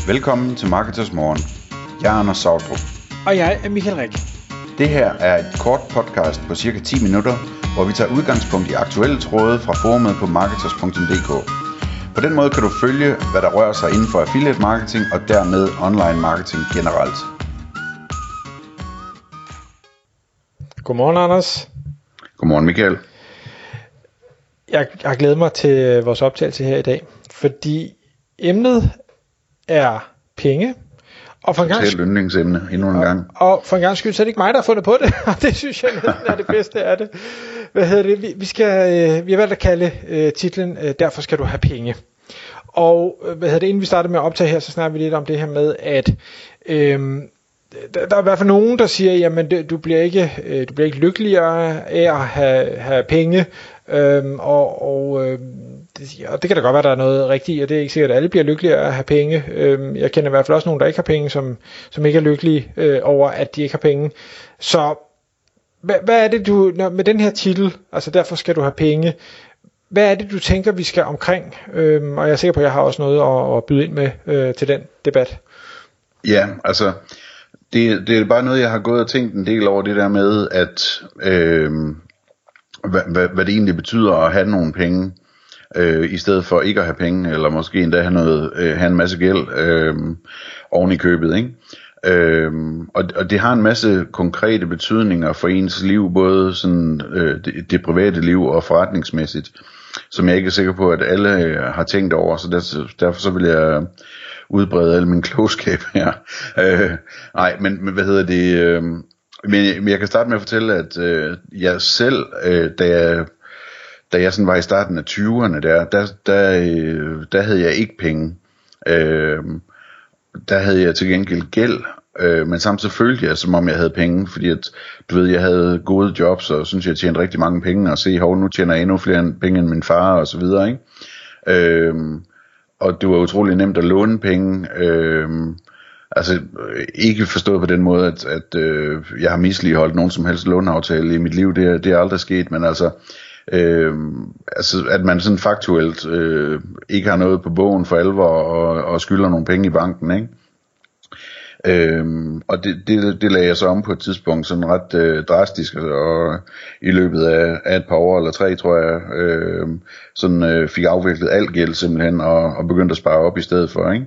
Velkommen til Marketers Morgen. Jeg er Anders Sautrup. Og jeg er Michael Rik. Det her er et kort podcast på cirka 10 minutter, hvor vi tager udgangspunkt i aktuelle tråde fra forumet på marketers.dk. På den måde kan du følge, hvad der rører sig inden for affiliate marketing og dermed online marketing generelt. Godmorgen, Anders. Godmorgen, Michael. Jeg har glædet mig til vores optagelse her i dag, fordi emnet er penge. Og for en gang yndlingsemne endnu en gang. Og for en gang skyld, så er det ikke mig, der har fundet på det, og det synes jeg næsten er det bedste af det. Vi har valgt at kalde titlen, Derfor skal du have penge. Og inden vi starter med at optage her, så snakker vi lidt om det her med, at der er i hvert fald nogen, der siger, jamen du bliver ikke lykkeligere af at have penge, og det kan da godt være, der er noget rigtigt, og det er ikke sikkert, at alle bliver lykkeligere af at have penge. Jeg kender i hvert fald også nogen, der ikke har penge, som ikke er lykkelige over, at de ikke har penge. Så hvad er det, du med den her titel, altså derfor skal du have penge, hvad er det, du tænker, vi skal omkring? Og jeg er sikker på, at jeg har også noget at byde ind med til den debat. Ja, altså det er bare noget, jeg har gået og tænkt en del over, det der med, at hvad det egentlig betyder at have nogle penge, i stedet for ikke at have penge, eller måske endda have en masse gæld oven i købet, ikke? Og det har en masse konkrete betydninger for ens liv, både sådan det private liv og forretningsmæssigt, som jeg ikke er sikker på, at alle har tænkt over, så derfor så vil jeg udbrede al min klogskab her. Nej, men hvad hedder det? Men jeg kan starte med at fortælle, at jeg selv, da jeg sådan var i starten af 20'erne, der havde jeg ikke penge. Der havde jeg til gengæld gæld, men samtidig følte jeg, som om jeg havde penge, fordi at, du ved, jeg havde gode jobs, og synes jeg tjente rigtig mange penge, og se, nu tjener jeg endnu flere penge end min far, og så videre, ikke? Og det var utrolig nemt at låne penge, altså ikke forstået på den måde, at jeg har misligholdt nogen som helst låneaftale i mit liv, det er aldrig sket, men altså at man sådan faktuelt ikke har noget på bogen for alvor og skylder nogle penge i banken, ikke? Og det lagde jeg så om på et tidspunkt sådan ret drastisk, og i løbet af et par år eller 3, tror jeg, fik afviklet al gæld simpelthen og begyndte at spare op i stedet for, ikke?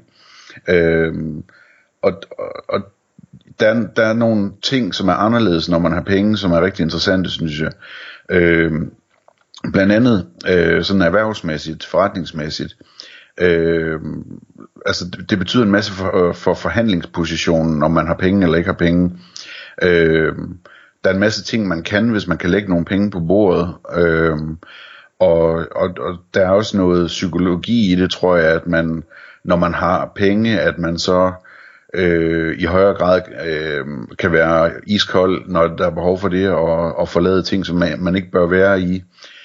Og der er nogle ting, som er anderledes, når man har penge, som er rigtig interessante, synes jeg. Blandt andet sådan erhvervsmæssigt, forretningsmæssigt. Altså det betyder en masse for forhandlingspositionen, om man har penge eller ikke har penge. Der er en masse ting, man kan, hvis man kan lægge nogle penge på bordet. Og der er også noget psykologi i det, tror jeg, at man, når man har penge, at man så i højere grad kan være iskold, når der er behov for det, og forlade ting, som man ikke bør være i.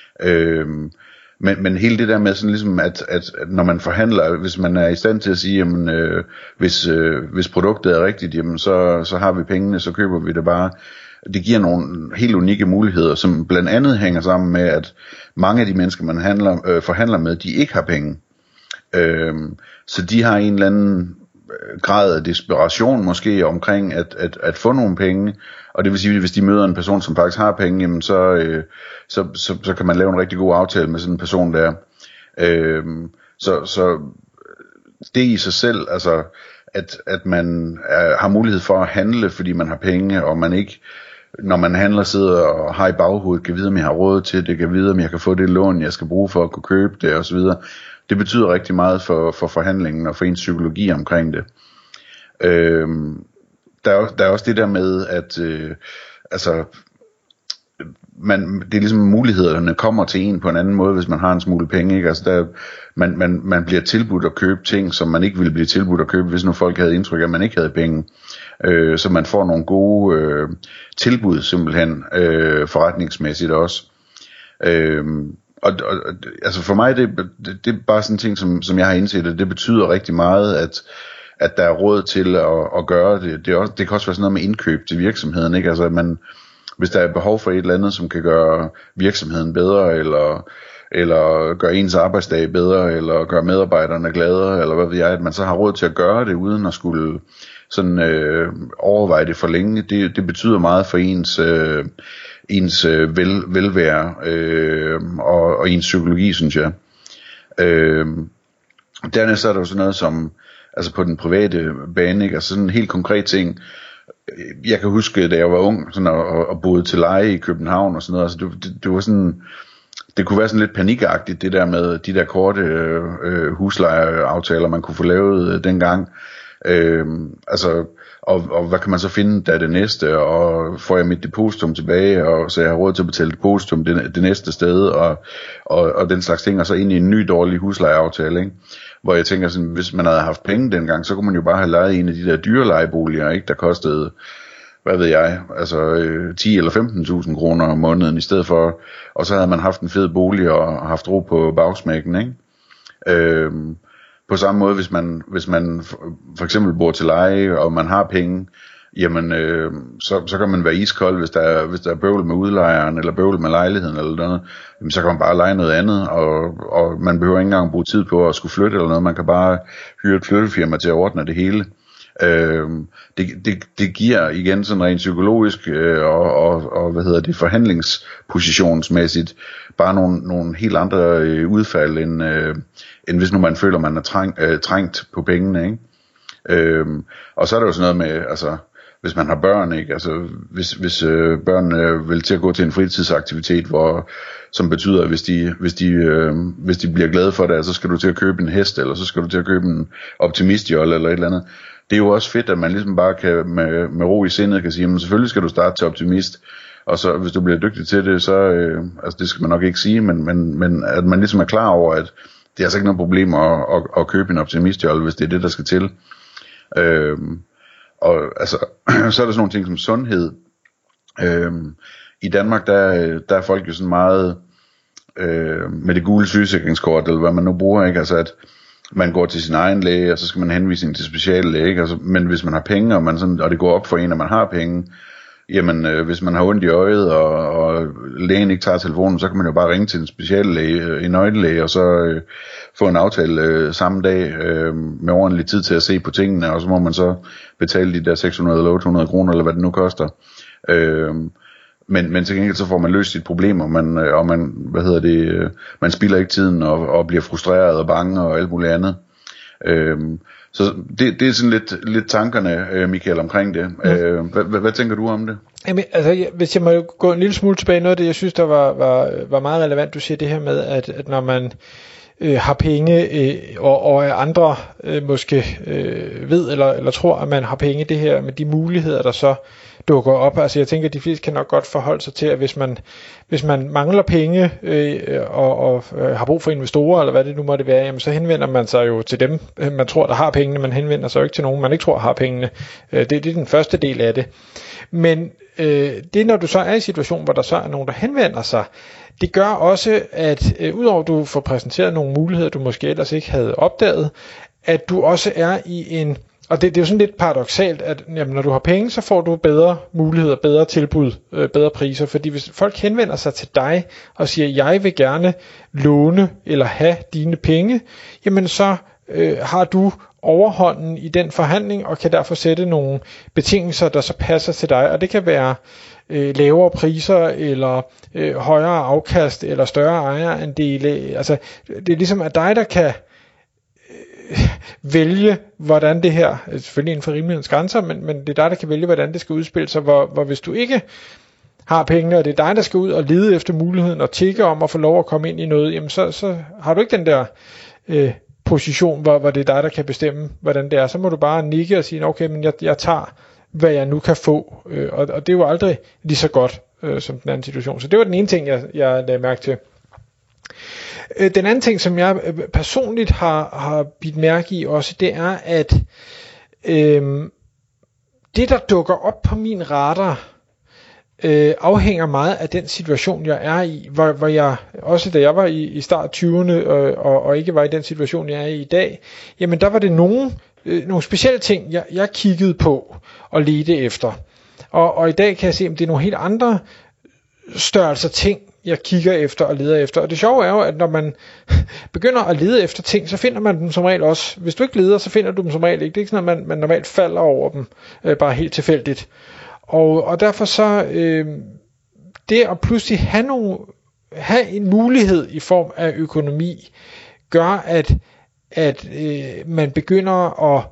Men hele det der med sådan ligesom, at når man forhandler, hvis man er i stand til at sige, jamen, hvis produktet er rigtigt, jamen, så har vi pengene, så køber vi det bare. Det giver nogle helt unikke muligheder, som blandt andet hænger sammen med, at mange af de mennesker, man forhandler med, de ikke har penge. Så de har en eller anden grad af desperation måske omkring at få nogle penge, og det vil sige, at hvis de møder en person, som faktisk har penge, jamen så kan man lave en rigtig god aftale med sådan en person der. Så det i sig selv, altså at man har mulighed for at handle, fordi man har penge, og man ikke, når man handler, sidder og har i baghovedet, kan vide, om jeg har råd til det, kan vide, om jeg kan få det lån, jeg skal bruge for at kunne købe det, osv. Det betyder rigtig meget for forhandlingen og for ens psykologi omkring det. Der er også det der med, at altså det er ligesom mulighederne kommer til en på en anden måde, hvis man har en smule penge, ikke? Altså man bliver tilbudt at købe ting, som man ikke ville blive tilbudt at købe, hvis nu folk havde indtryk af, at man ikke havde penge. Så man får nogle gode tilbud simpelthen, forretningsmæssigt også. Og altså for mig, det er bare sådan en ting, som jeg har indset, at det betyder rigtig meget, at der er råd til at gøre det. Det kan også være sådan noget med indkøb til virksomheden, ikke? Altså hvis der er behov for et eller andet, som kan gøre virksomheden bedre, eller gøre ens arbejdsdag bedre, eller gøre medarbejderne gladere, eller hvad ved jeg, at man så har råd til at gøre det, uden at skulle sådan overveje det for længe. Det betyder meget for ens velvære og ens psykologi, synes jeg. Dernæst er der jo sådan noget som, altså på den private bane, ikke? Altså sådan en helt konkret ting. Jeg kan huske, da jeg var ung, sådan og boede til leje i København og sådan noget, altså det var sådan, det kunne være sådan lidt panikagtigt, det der med de der korte huslejeaftaler, man kunne få lavet dengang. Altså, og hvad kan man så finde da det næste, og får jeg mit depositum tilbage, og så jeg har råd til at betale depositum det næste sted, og den slags ting, og så ind i en ny dårlig huslejeaftale, ikke? Hvor jeg tænker sådan, hvis man havde haft penge dengang, så kunne man jo bare have lejet en af de der dyre lejeboliger, ikke? Der kostede, hvad ved jeg, altså 10 eller 15.000 kroner om måneden i stedet for, og så havde man haft en fed bolig og haft ro på bagsmækken, ikke? På samme måde, hvis man for eksempel bor til leje, og man har penge, jamen så kan man være iskold, hvis der er bøvl med udlejeren, eller bøvl med lejligheden, eller noget, jamen, så kan man bare leje noget andet, og man behøver ikke engang bruge tid på at skulle flytte eller noget, man kan bare hyre et flyttefirma til at ordne det hele. Det giver igen sådan rent psykologisk og forhandlingspositionsmæssigt bare nogle helt andre udfald end hvis nu man føler man er trængt på pengene, ikke? Og så er der jo sådan noget med, altså hvis man har børn, ikke? Altså hvis børnene vil til at gå til en fritidsaktivitet, som betyder, at hvis de bliver glade for det, så skal du til at købe en hest, eller så skal du til at købe en optimistjolle eller et eller andet. Det er jo også fedt, at man ligesom bare kan med ro i sindet kan sige, men selvfølgelig skal du starte til optimist, og så hvis du bliver dygtig til det, så altså det skal man nok ikke sige, men at man ligesom er klar over, at det er altså ikke noget problem at købe en optimistjolle, hvis det er det, der skal til. Og altså, så er der sådan nogle ting som sundhed. I Danmark, der er folk jo sådan meget med det gule sygesikringskort, eller hvad man nu bruger, ikke? Altså at man går til sin egen læge, og så skal man henvise til speciallæge, ikke? Altså, men hvis man har penge, og det går op for en, at man har penge, jamen hvis man har ondt i øjet, og lægen ikke tager telefonen, så kan man jo bare ringe til en speciallæge, en øjenlæge, og så få en aftale samme dag med ordentlig tid til at se på tingene, og så må man så betale de der 600 eller 800 kroner, eller hvad det nu koster. Men til gengæld så får man løst sit problem, og man man spilder ikke tiden og bliver frustreret og bange og alt muligt andet. Så det er sådan lidt tankerne, Michael, omkring det. Hvad tænker du om det? Jamen, altså, hvis jeg må gå en lille smule tilbage, noget af det, jeg synes, der var meget relevant, du siger det her med, at når man har penge, og andre måske ved eller tror, at man har penge, det her med de muligheder, der så dukker op. Altså jeg tænker, at de fleste kan nok godt forholde sig til, at hvis man mangler penge og har brug for investorer, eller hvad det nu måtte være, jamen, så henvender man sig jo til dem, man tror, der har pengene. Man henvender sig jo ikke til nogen, man ikke tror har pengene. Det er den første del af det. Men det, når du så er i en situation, hvor der så er nogen, der henvender sig, det gør også, at udover at du får præsenteret nogle muligheder, du måske ellers ikke havde opdaget, at du også er i en, og det er jo sådan lidt paradoksalt, at jamen, når du har penge, så får du bedre muligheder, bedre tilbud, bedre priser, fordi hvis folk henvender sig til dig og siger, jeg vil gerne låne eller have dine penge, jamen så har du overhånden i den forhandling, og kan derfor sætte nogle betingelser, der så passer til dig, og det kan være lavere priser, eller højere afkast, eller større ejerandele. Altså, det er ligesom at dig, der kan vælge, hvordan det her, selvfølgelig inden for rimelighedens grænser, men det er dig, der kan vælge, hvordan det skal udspille sig, hvor hvis du ikke har pengene, og det er dig, der skal ud og lede efter muligheden, og tigge om at få lov at komme ind i noget, jamen så har du ikke den der position, hvor det er dig, der kan bestemme, hvordan det er. Så må du bare nikke og sige, okay, men jeg tager, hvad jeg nu kan få, og det er jo aldrig lige så godt som den anden situation. Så det var den ene ting, jeg lagde mærke til. Den anden ting, som jeg personligt har bidt mærke i også, det er, at det, der dukker op på min radar, afhænger meget af den situation, jeg er i, hvor jeg, også da jeg var i start 20'erne, og ikke var i den situation, jeg er i dag, jamen der var det nogle specielle ting, jeg kiggede på og ledte efter. Og i dag kan jeg se, at det er nogle helt andre størrelser ting, jeg kigger efter og leder efter. Og det sjove er jo, at når man begynder at lede efter ting, så finder man dem som regel også. Hvis du ikke leder, så finder du dem som regel ikke. Det er ikke sådan, at man normalt falder over dem, bare helt tilfældigt. Og derfor så, det at pludselig have en mulighed i form af økonomi, gør, at man begynder at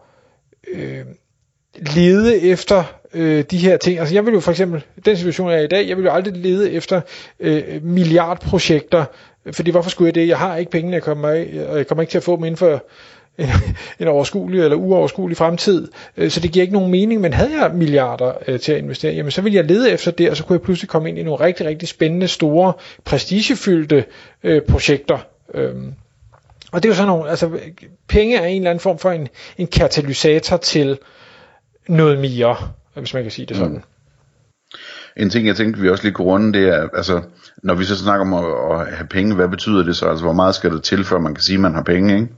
lede efter de her ting. Altså jeg vil jo for eksempel, den situation jeg er i dag, jeg vil jo aldrig lede efter milliardprojekter, fordi hvorfor skulle jeg det? Jeg har ikke pengene, og jeg kommer ikke til at få dem inden for en overskuelig eller uoverskuelig fremtid, så det giver ikke nogen mening. Men havde jeg milliarder til at investere, jamen så ville jeg lede efter det, og så kunne jeg pludselig komme ind i nogle rigtig, rigtig spændende, store, prestigefyldte projekter. Og det er jo sådan nogle, altså penge er en eller anden form for en katalysator til noget mere, hvis man kan sige det sådan. En ting, jeg tænkte, vi også lige kunne runde, det er, altså, når vi så snakker om at have penge, hvad betyder det så? Altså, hvor meget skal der til, før man kan sige, at man har penge, ikke?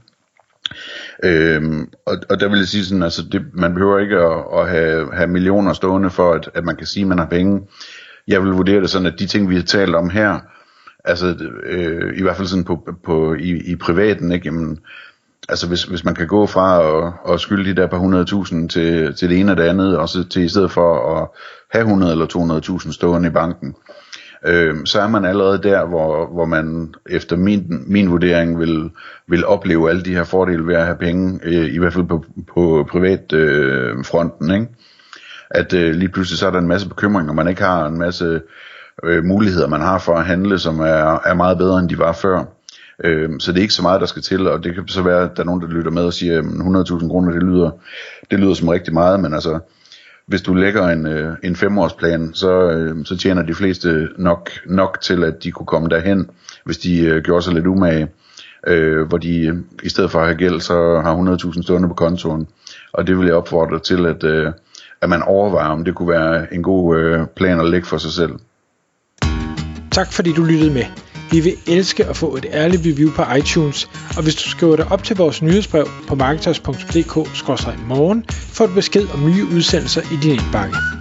Og der vil jeg sige sådan, altså, man behøver ikke at have millioner stående for, at man kan sige, at man har penge. Jeg vil vurdere det sådan, at de ting, vi har talt om her, altså, i hvert fald sådan i privaten, ikke? Jamen, altså hvis man kan gå fra at skylde de der par 100.000 til det ene og det andet, og så til i stedet for at have 100 eller 200.000 stående i banken, så er man allerede der, hvor man efter min vurdering vil opleve alle de her fordele ved at have penge, i hvert fald på privat fronten, ikke? At lige pludselig så er der en masse bekymringer, man ikke har en masse muligheder, man har for at handle, som er meget bedre end de var før. Så det er ikke så meget, der skal til, og det kan så være, at der er nogen, der lytter med og siger, 100.000 kroner, det lyder som rigtig meget, men altså, hvis du lægger en 5-årsplan, så tjener de fleste nok til, at de kunne komme derhen, hvis de gjorde sig lidt umage, hvor de i stedet for at have gæld, så har 100.000 stående på kontoen, og det vil jeg opfordre til, at man overvejer, om det kunne være en god plan at lægge for sig selv. Tak fordi du lyttede med. Vi vil elske at få et ærligt review på iTunes, og hvis du skriver dig op til vores nyhedsbrev på marketers.dk/morgen, får du besked om nye udsendelser i din indbakke.